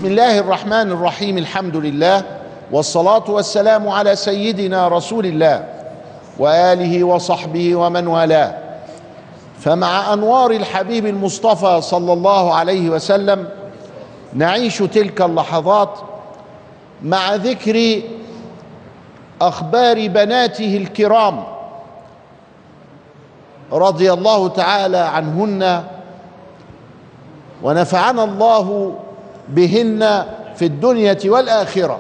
بسم الله الرحمن الرحيم. الحمد لله والصلاة والسلام على سيدنا رسول الله وآله وصحبه ومن والاه. فمع أنوار الحبيب المصطفى صلى الله عليه وسلم نعيش تلك اللحظات مع ذكر أخبار بناته الكرام رضي الله تعالى عنهن، ونفعنا الله بهن في الدنيا والآخرة.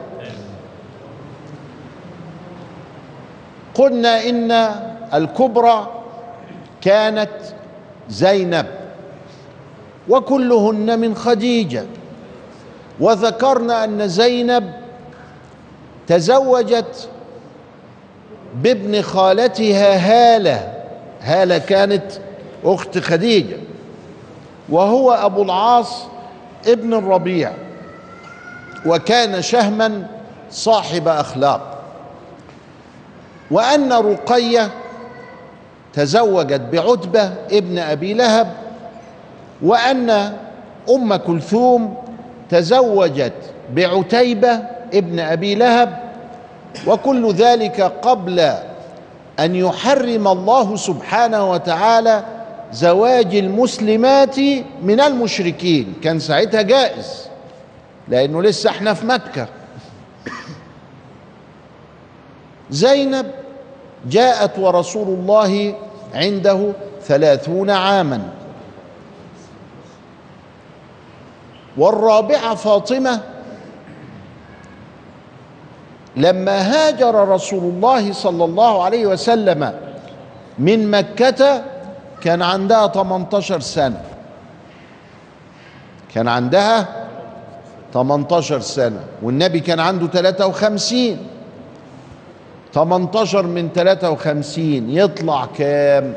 قلنا إن الكبرى كانت زينب وكلهن من خديجة، وذكرنا أن زينب تزوجت بابن خالتها هالة. هالة كانت أخت خديجة، وهو أبو العاص ابن الربيع، وكان شهما صاحب أخلاق. وأن رقية تزوجت بعتبة ابن أبي لهب، وأن أم كلثوم تزوجت بعتيبة ابن أبي لهب، وكل ذلك قبل أن يحرم الله سبحانه وتعالى زواج المسلمات من المشركين. كان ساعتها جائز لأنه لسه احنا في مكة. زينب جاءت ورسول الله عنده 30 عاما، والرابعة فاطمة لما هاجر رسول الله صلى الله عليه وسلم من مكة كان عندها 18 سنة. كان عندها 18 سنة والنبي كان عنده 53. 18 من 53 يطلع كام؟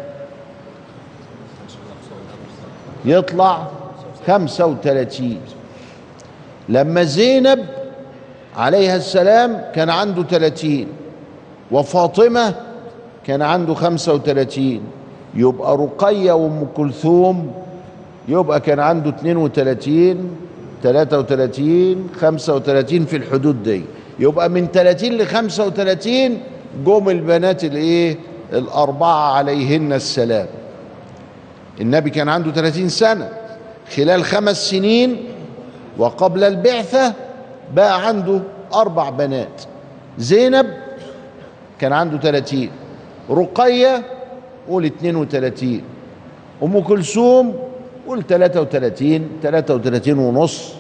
يطلع 35. لما زينب عليها السلام كان عنده 30 وفاطمة كان عنده 35، يبقى رقية وام كلثوم يبقى كان عنده 32 33 35 في الحدود دي. يبقى من 30 ل 35 جم البنات الايه الأربعة عليهن السلام. النبي كان عنده 30 سنة، خلال 5 سنين وقبل البعثة بقى عنده 4 بنات. زينب كان عنده 30، رقية قول 32، أم كلثوم قول 33 33 ونص،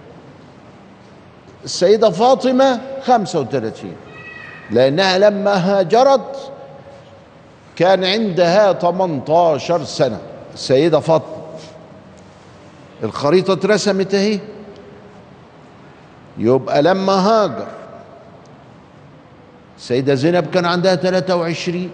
السيدة فاطمة 35، لأنها لما هاجرت كان عندها 18 سنة السيدة فاطمة. الخريطة اترسمت اهي. يبقى لما هاجر السيدة زينب كان عندها 23،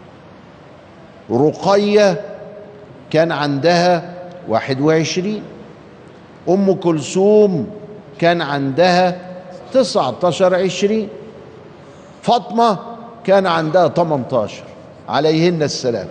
رقية كان عندها 21، أم كلثوم كان عندها 19 20، فاطمة كان عندها 18 عليهن السلام.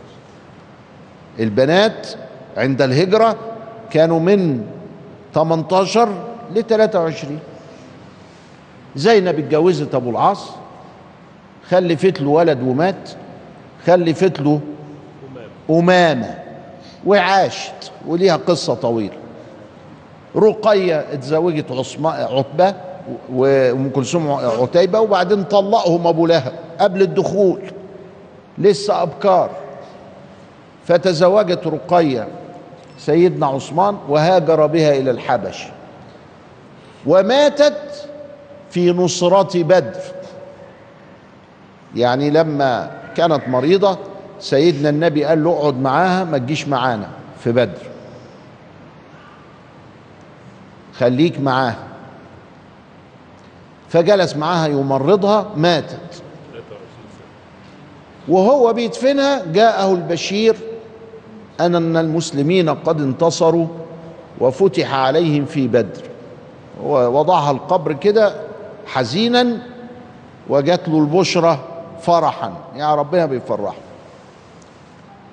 البنات عند الهجرة كانوا من 18 ل 23. زينب اتجوزت أبو العاص، خلفت له ولد ومات، خلفت له أمامة وعاشت، وليها قصة طويلة. رقية اتزوجت عتبة وأم كلثوم عتيبة، وبعدين طلقهم أبو لهب قبل الدخول، لسه أبكار، فتزوجت رقية سيدنا عثمان وهاجر بها إلى الحبش، وماتت في نصرة بدر. يعني لما كانت مريضة سيدنا النبي قال له اقعد معاها ما تجيش معانا في بدر، خليك معاها. فجلس معاها يمرضها، ماتت. وهو بيدفنها جاءه البشير أن المسلمين قد انتصروا وفتح عليهم في بدر. ووضعها القبر كده حزينا، وجات له البشرى فرحا، يا ربنا بيفرحه.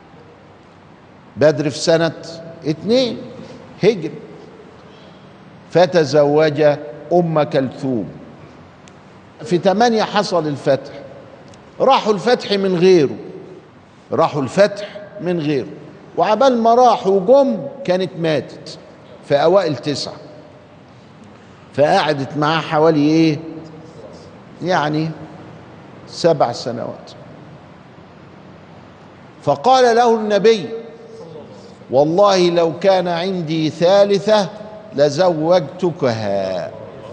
بدر في سنة 2 هجري، فتزوج أم كلثوم. في 8 حصل الفتح. راحوا الفتح من غيره، راحوا الفتح من غيره، وعبال ما راحوا جم كانت ماتت في أوائل 9، فقعدت معاه حوالي ايه يعني 7 سنوات. فقال له النبي: والله لو كان عندي ثالثة لزوجتكها.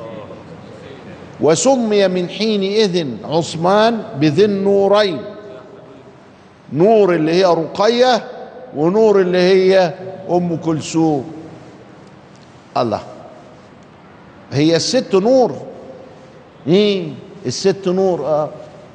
وسمي من حينئذ عثمان بذي النورين، نور اللي هي رقية، ونور اللي هي أم كلثوم. الله، هي الست نور؟ الست نور،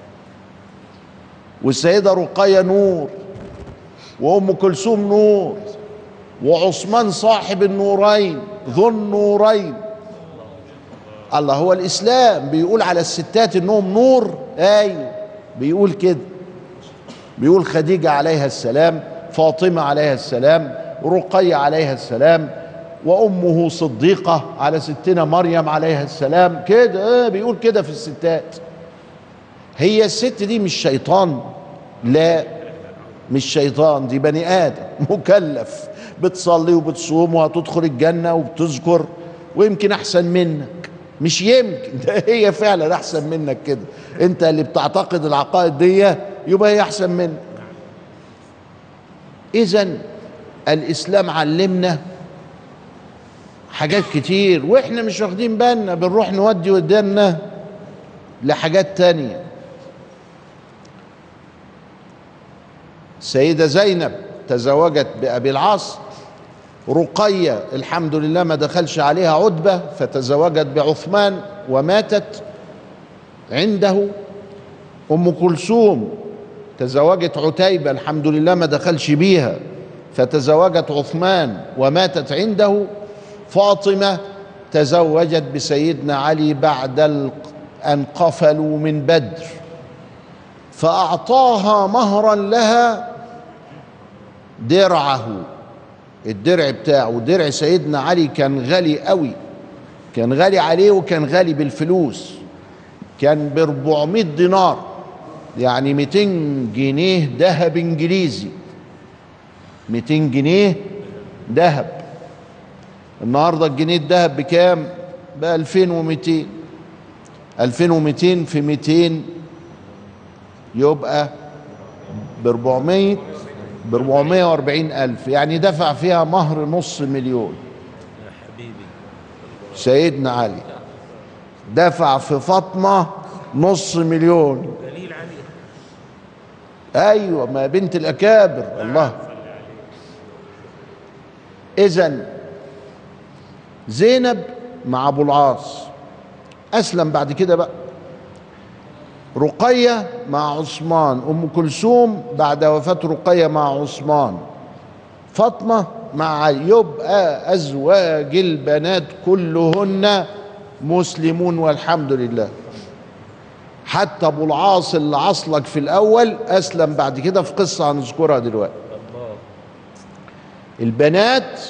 والسيدة رقية نور، وأم كلثوم نور، وعثمان صاحب النورين ذو النورين. الله، هو الإسلام بيقول على الستات إنهم نور؟ أيوه بيقول كده، بيقول خديجة عليها السلام، فاطمة عليها السلام، رقية عليها السلام، وأمه صديقة على ستنا مريم عليها السلام، كده بيقول كده في الستات. هي الست دي مش شيطان؟ لا، مش شيطان، دي بني آدم مكلف، بتصلي وبتصوم وهتدخل الجنة وبتذكر، ويمكن أحسن منك، مش يمكن، ده هي فعلا أحسن منك كده. أنت اللي بتعتقد العقائد دي يبقى هي أحسن منك. إذن الإسلام علمنا حاجات كتير واحنا مش واخدين بالنا، بنروح نودي ودانا لحاجات تانية. السيدة زينب تزوجت بأبي العاص، رقية الحمد لله ما دخلش عليها عتبة فتزوجت بعثمان وماتت عنده. أم كلثوم تزوجت عتيبة الحمد لله ما دخلش بيها فتزوجت عثمان وماتت عنده. فاطمة تزوجت بسيدنا علي بعد أن قفلوا من بدر، فأعطاها مهرا لها درعه، الدرع بتاعه. درع سيدنا علي كان غالي قوي، كان غالي عليه، وكان غالي بالفلوس، كان ب400 دينار، يعني 200 جنيه ذهب انجليزي، 200 جنيه ذهب. النهارده الجنيه الذهب بكام؟ ب2200. 2200 في 200 يبقى ب440,000، يعني دفع فيها مهر $500,000. سيدنا علي دفع في فاطمة $500,000. ايوه، ما بنت الاكابر. الله. اذن زينب مع ابو العاص اسلم بعد كده بقى، رقية مع عثمان، ام كلثوم بعد وفاة رقية مع عثمان، فاطمة مع علي. يبقى ازواج البنات كلهن مسلمون والحمد لله. حتى ابو العاص اللي عصلك في الاول اسلم بعد كده، في قصة هنذكرها دلوقتي. البنات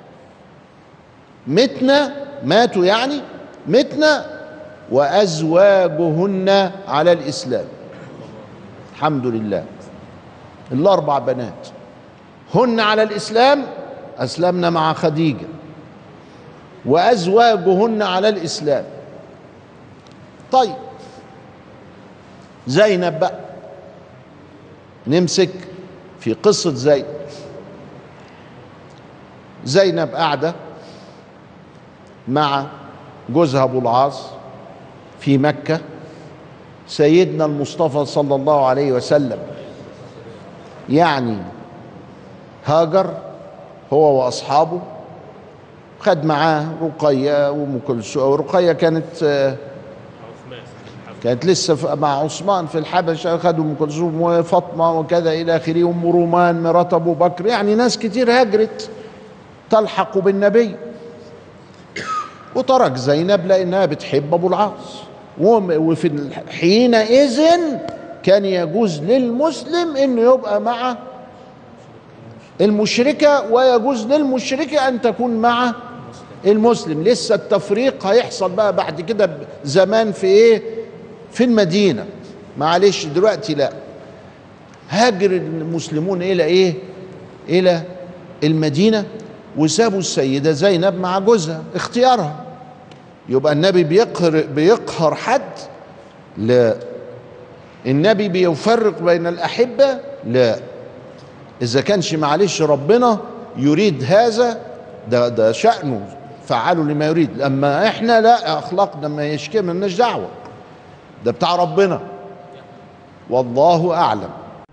ماتوا يعني متنا وازواجهن على الاسلام الحمد لله. ال4 بنات هن على الاسلام، اسلمنا مع خديجة، وازواجهن على الاسلام. طيب زينب بقى، نمسك في قصة زينب قاعدة مع جوزها ابو العاص في مكة. سيدنا المصطفى صلى الله عليه وسلم يعني هاجر هو واصحابه، خد معاه رقية وام كلثوم. رقية كانت لسه مع عثمان في الحبشة، خدوا ام كلثوم وفاطمة وكذا الى اخره، ام رومان مرات ابو بكر، يعني ناس كتير هاجرت تلحق بالنبي. وترك زينب لانها بتحب ابو العاص. وفي حينئذ كان يجوز للمسلم انه يبقى مع المشركة، ويجوز للمشركة ان تكون مع المسلم. لسه التفريق هيحصل بقى بعد كده زمان في ايه؟ في المدينة. معلش دلوقتي لا. هاجر المسلمون الى ايه؟ الى المدينة، وسابوا السيدة زينب مع جوزها، اختيارها. يبقى النبي بيقهر حد؟ لا. النبي بيفرق بين الأحبة؟ لا. إذا كانش معلش ربنا يريد هذا، ده شأنه، فعلوا لما يريد. أما إحنا لا، أخلاقنا ما يشكي، مالناش دعوة، ده بتاع ربنا، والله أعلم.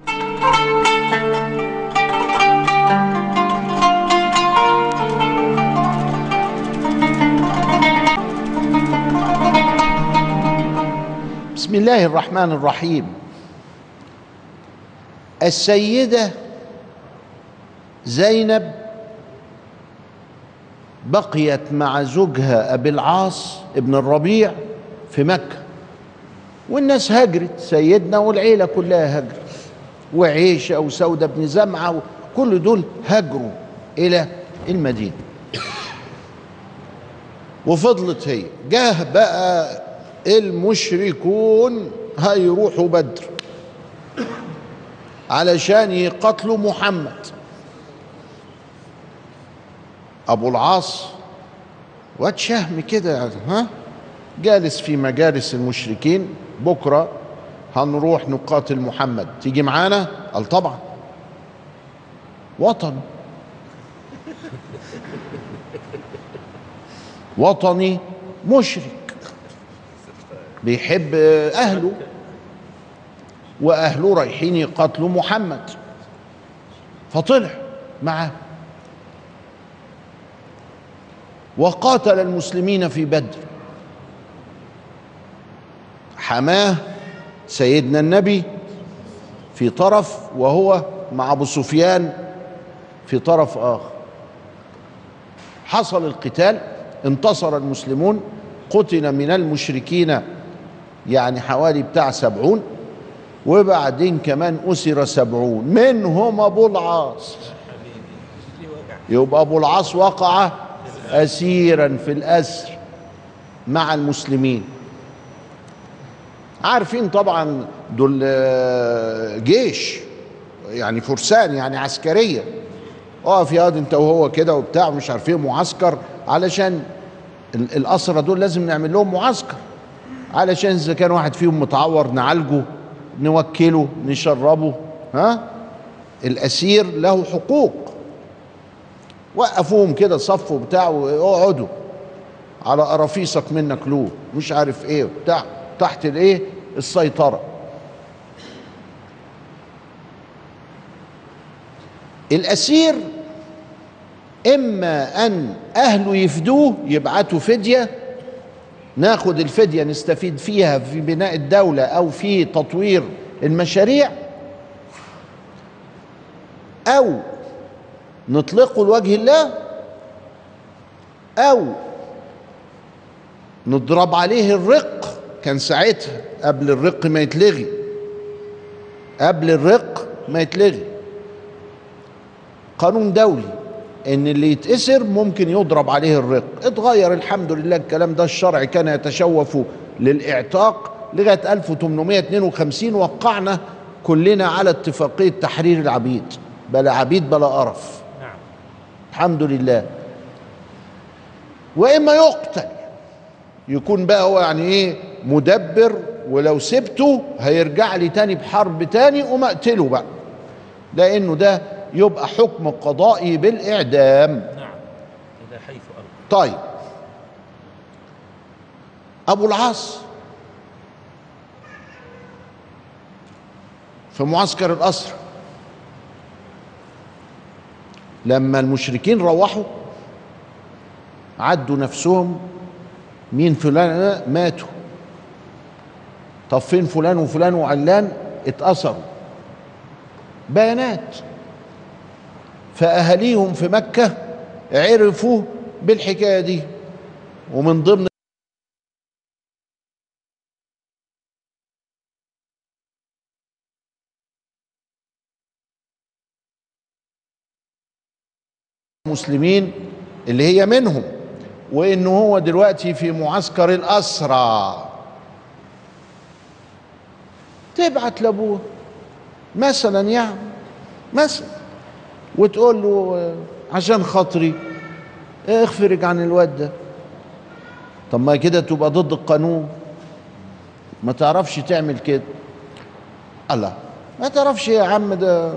بسم الله الرحمن الرحيم. السيدة زينب بقيت مع زوجها أبي العاص ابن الربيع في مكة، والناس هجرت، سيدنا والعيلة كلها هجرت، وعيشة وسودة بن زمعة كل دول هجروا إلى المدينة، وفضلت هي. جاه بقى المشركون هيروحوا بدر علشان يقتلوا محمد. ابو العاص واد شهم كده، جالس في مجالس المشركين، بكره هنروح نقاتل محمد، تيجي معانا؟ قال طبعا. وطني مشرك بيحب اهله، واهله رايحين يقاتلوا محمد، فطلع معاه وقاتل المسلمين في بدر. حماه سيدنا النبي في طرف، وهو مع ابو سفيان في طرف اخر. حصل القتال، انتصر المسلمون، قتل من المشركين يعني حوالي بتاع 70، وبعدين كمان أسر 70 منهم أبو العاص. يبقى أبو العاص وقع أسيرا في الأسر مع المسلمين. عارفين طبعا دول جيش، يعني فرسان، يعني عسكرية. اقف يا واد انت وهو كده وبتاع مش عارف ايه، معسكر، علشان الأسرى دول لازم نعمل لهم معسكر، علشان إذا كان واحد فيهم متعور نعالجه، نوكله، نشربه. الأسير له حقوق. وقفوهم كده صفوا بتاع، واقعدوا على قرافيسك منك له مش عارف ايه بتاع، تحت الايه؟ السيطرة. الأسير إما أن أهله يفدوه، يبعتوا فدية، ناخد الفدية نستفيد فيها في بناء الدولة أو في تطوير المشاريع، أو نطلقه لوجه الله، أو نضرب عليه الرق. كان ساعتها قبل الرق ما يتلغي، قانون دولي ان اللي يتأسر ممكن يضرب عليه الرق. اتغير الحمد لله الكلام ده، الشرع كان يتشوف للإعتاق لغاية 1852 وقعنا كلنا على اتفاقية تحرير العبيد، بلا عبيد بلا قرف. الحمد لله. وإما يقتل، يكون بقى هو يعني ايه؟ مدبر، ولو سبته هيرجع لي تاني بحرب تاني ومقتله بقى، لأنه ده يبقى حكم قضائي بالإعدام. نعم، إلى حيث أرض. طيب، أبو العاص في معسكر الأسرى، لما المشركين روحوا عدوا نفسهم، مين فلان ماتوا، طب فين فلان وفلان وعلان اتأثروا، بيانات. فأهاليهم في مكة عرفوا بالحكاية دي، ومن ضمن المسلمين اللي هي منهم وإنه هو دلوقتي في معسكر الأسرى، تبعت لأبوه مثلا يعني مثلا وتقول له عشان خاطري اخفرج عن الواد ده. طب ما كده تبقى ضد القانون، ما تعرفش تعمل كده. الله، ما تعرفش يا عم ده،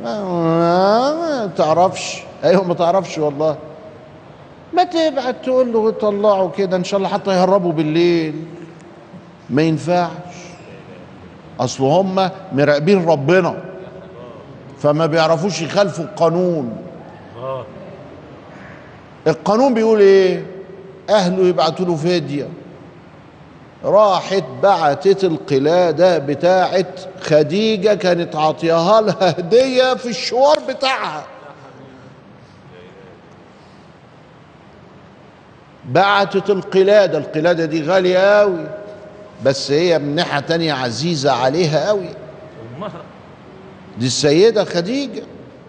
ما تعرفش. ايوه ما تعرفش والله. ما تبعت تقول له طلعوا كده ان شاء الله حتى يهربوا بالليل. ما ينفعش، اصل هم مراقبين ربنا فما بيعرفوش يخالفوا القانون. القانون بيقول ايه؟ اهله يبعتوا له فديه. راحت بعتت القلاده بتاعت خديجه، كانت عاطياها لها هديه في الشوار بتاعها. بعتت القلاده، القلاده دي غاليه قوي بس هي من ناحيه تانيه عزيزه عليها قوي. دي السيده خديجه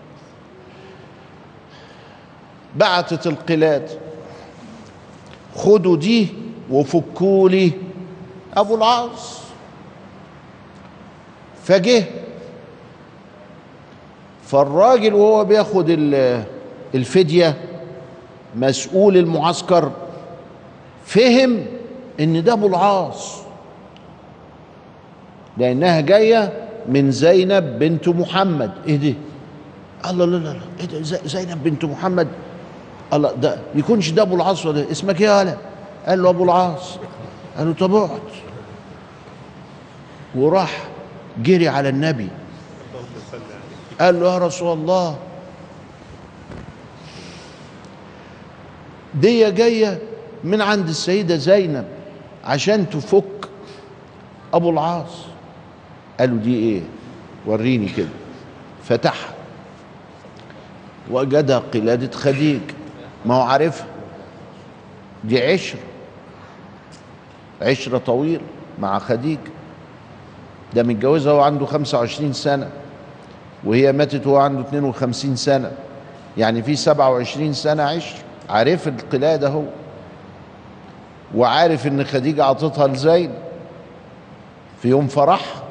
بعتت القلاده، خدوا دي وفكوا لي ابو العاص. فجه فالراجل وهو بياخد الفديه، مسؤول المعسكر فهم ان ده ابو العاص لانها جايه من زينب بنت محمد. ايه ده؟ الله، لا لا لا، ايه ده زينب بنت محمد؟ الله، ده يكونش ده ابو العاص ولا اسمك ايه يا هلا؟ قال له ابو العاص. قال له طب اقعد. وراح جري على النبي قال له يا رسول الله دي جايه من عند السيده زينب عشان تفك ابو العاص. قال له دي ايه؟ وريني كده. فتحها وجدها قلاده خديجه. ما هو عارفها، دي عشرة طويلة مع خديجة. ده متجوزها وهو عنده 25 سنة وهي ماتت وهو عنده 52 سنة، يعني في 27 سنة عشر. عارف القلادة هو، وعارف ان خديجة عطتها لزين في يوم فرحها.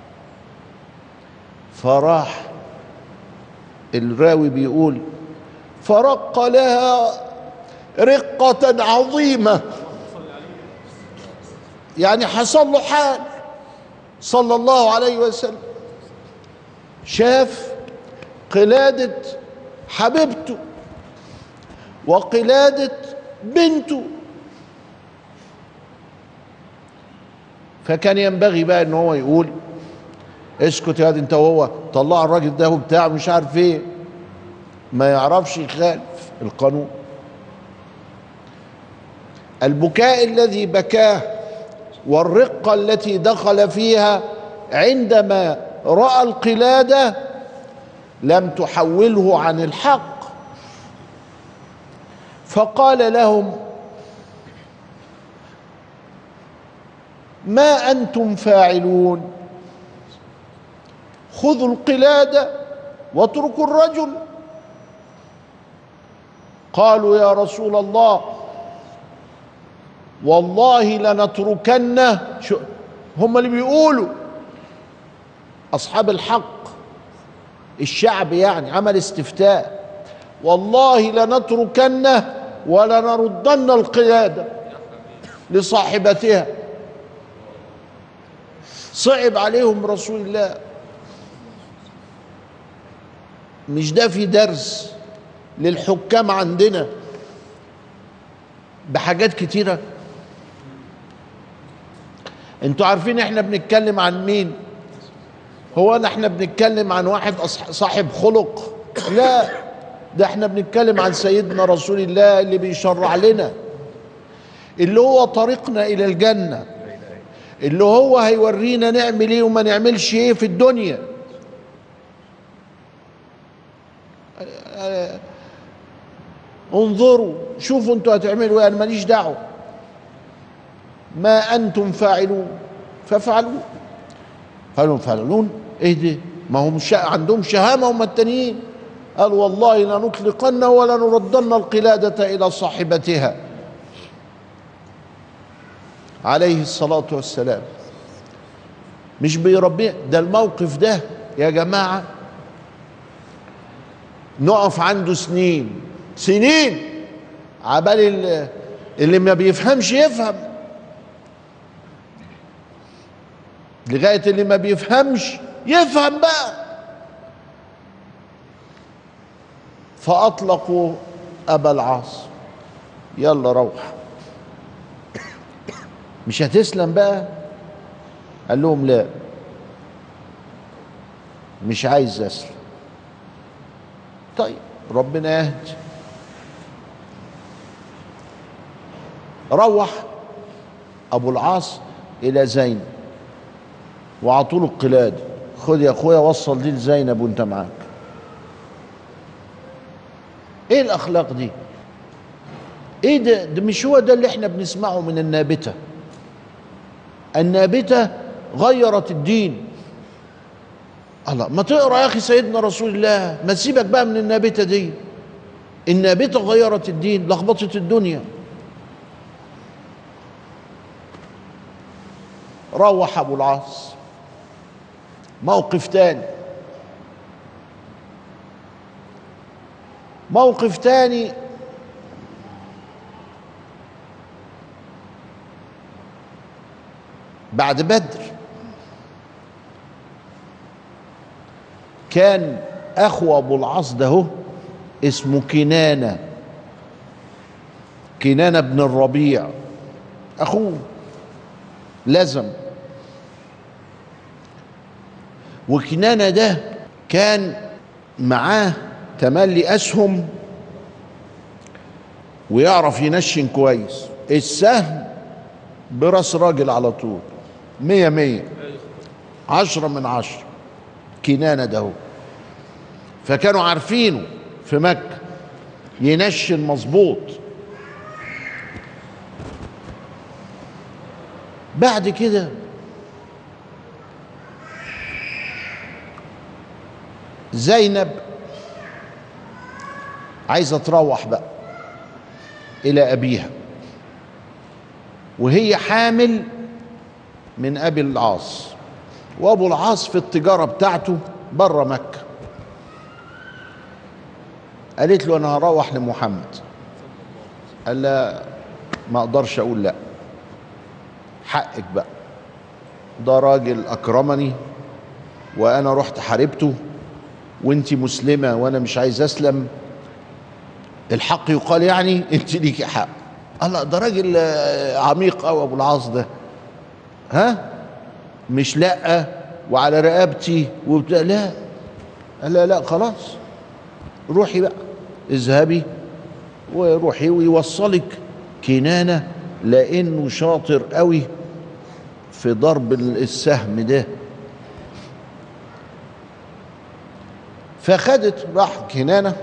فراح الراوي بيقول فرق لها رقة عظيمة، يعني حصل له حال صلى الله عليه وسلم. شاف قلادة حبيبته وقلادة بنته، فكان ينبغي بقى ان هو يقول اسكت يا انت وهو، طلع الراجل ده وبتاع مش عارف ايه. ما يعرفش يخالف القانون. البكاء الذي بكاه والرقة التي دخل فيها عندما رأى القلادة لم تحوله عن الحق. فقال لهم ما أنتم فاعلون؟ خذوا القلادة واتركوا الرجل. قالوا يا رسول الله والله لنتركنه. هم اللي بيقولوا أصحاب الحق، الشعب يعني عمل استفتاء، والله لنتركنه ولنردن القلادة لصاحبتها. صعب عليهم رسول الله. مش ده في درس للحكام عندنا بحاجات كتيرة؟ انتوا عارفين احنا بنتكلم عن مين؟ هو احنا بنتكلم عن واحد صاحب خلق؟ لا، ده احنا بنتكلم عن سيدنا رسول الله اللي بيشرع لنا، اللي هو طريقنا الى الجنة، اللي هو هيورينا نعمل ايه وما نعملش ايه في الدنيا. انظروا شوفوا انتوا هتعملوا ايه، انا ماليش دعوه. ما انتم فاعلون فافعلوا. قالوا فعلون ايه ده؟ ما هم عندهم شهامه هم التانيين. قال والله لنطلقن ولنردن القلاده الى صاحبتها. عليه الصلاة والسلام. مش بيربيه، ده الموقف ده يا جماعة نقف عنده سنين سنين عبال اللي ما بيفهمش يفهم، لغاية اللي ما بيفهمش يفهم بقى. فأطلقوا أبا العاص، يلا روح، مش هتسلم بقى؟ قال لهم لا، مش عايز أسلم. طيب ربنا يهدي. روح أبو العاص إلى زينب وعطوله القلادة، خد يا أخويا وصل دي لزينب وأنت معاك. إيه الأخلاق دي؟ إيه ده مش هو ده اللي إحنا بنسمعه من النابتة؟ النابتة غيرت الدين. الله، ما تقرأ يا أخي سيدنا رسول الله، ما تسيبك بقى من النابتة دي. النابتة غيرت الدين، لخبطت الدنيا. روح أبو العاص. موقف تاني، موقف تاني بعد بدر. كان أخو أبو العاص ده هو اسمه كنانة، كنانة بن الربيع، أخوه لزم. وكنانة ده كان معاه تملي أسهم ويعرف ينشن كويس. السهم براس راجل على طول، 100 100، 10 من 10. كنانة ده هو، فكانوا عارفينه في مكة ينشن مظبوط. بعد كده زينب عايزة تروح بقى إلى أبيها، وهي حامل من أبي العاص، وأبو العاص في التجارة بتاعته بره مكة. قالت له أنا هروح لمحمد. قال لا، ما أقدرش أقول لا، حقك بقى، ده راجل أكرمني وأنا رحت حاربته وأنت مسلمة وأنا مش عايز أسلم، الحق يقال يعني أنت ليكي حق. الله، ده راجل عميق أوي أبو العاص ده، ها؟ مش لا وعلى رقبتي وبتاع، لا. قال لا لا خلاص، روحي بقى، اذهبي وروحي ويوصلك كنانة، لأنه شاطر قوي في ضرب السهم ده. فخدت، راح كنانة.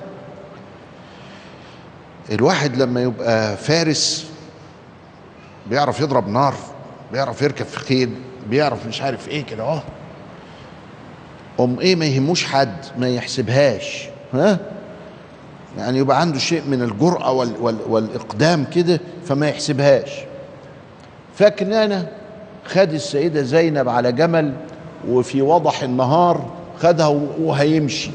الواحد لما يبقى فارس بيعرف يضرب نار، بيعرف يركب في خيل، بيعرف مش عارف ايه كده اهو، ايه ما يهموش حد، ما يحسبهاش، ها؟ يعني يبقى عنده شيء من الجرأة والإقدام كده، فما يحسبهاش. فكنانة خد السيدة زينب على جمل، وفي وضح النهار خدها وهيمشي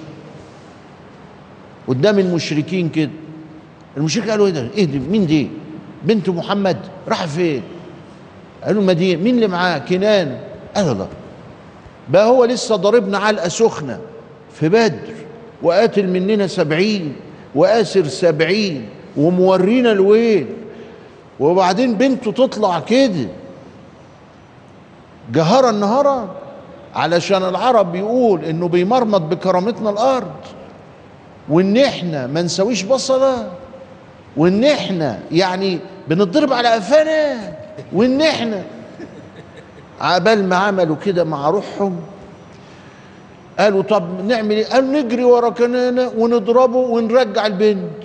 قدام المشركين كده. المشركين قالوا ايه ده؟ ايه دي؟ مين دي؟ بنت محمد راح فين؟ قالوا المدينة. مين اللي معاه؟ كنانة. قالوا لا، بقى هو لسه ضاربنا علقة سخنة في بدر، وقاتل مننا 70 وآسر 70 ومورينا الويل، وبعدين بنته تطلع كده جهرا نهارا علشان العرب بيقول انه بيمرمط بكرامتنا الارض، وان احنا ما نسويش بصله، وان احنا يعني بنضرب على قفانا، وان احنا عبال ما عملوا كده مع روحهم قالوا طب نعمل ايه؟ قالوا نجري ورا كنانة ونضربه ونرجع البنت.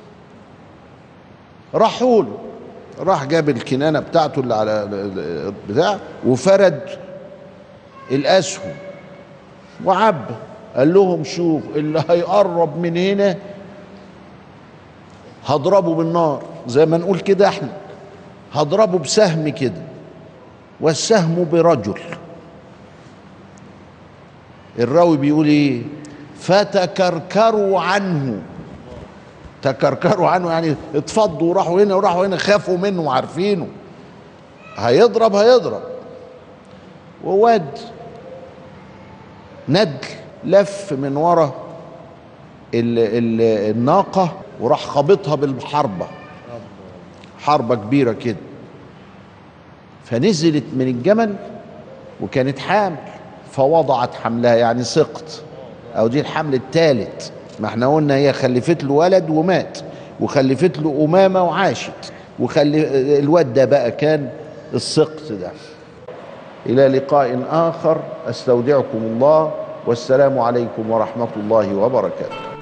راحوا له، راح جاب الكنانة بتاعته اللي على بتاع وفرد الاسهم وعبى. قال لهم شوف، اللي هيقرب من هنا هضربه بالنار، زي ما نقول كده احنا، هضربه بسهم كده والسهم برجل. الراوي بيقول ايه؟ فتكركروا عنه. تكركروا عنه يعني اتفضوا وراحوا هنا وراحوا هنا، خافوا منه وعارفينه هيضرب هيضرب. وواد ندل لف من ورا الناقة وراح خابطها بالحربة، حربة كبيرة كده، فنزلت من الجمل وكانت حامل، فوضعت حملها يعني سقط، او دي الحمل الثالث. ما احنا قلنا هي خلفت له ولد ومات، وخلفت له أمامة وعاشت، الواد ده بقى كان السقط ده. إلى لقاء آخر، أستودعكم الله، والسلام عليكم ورحمة الله وبركاته.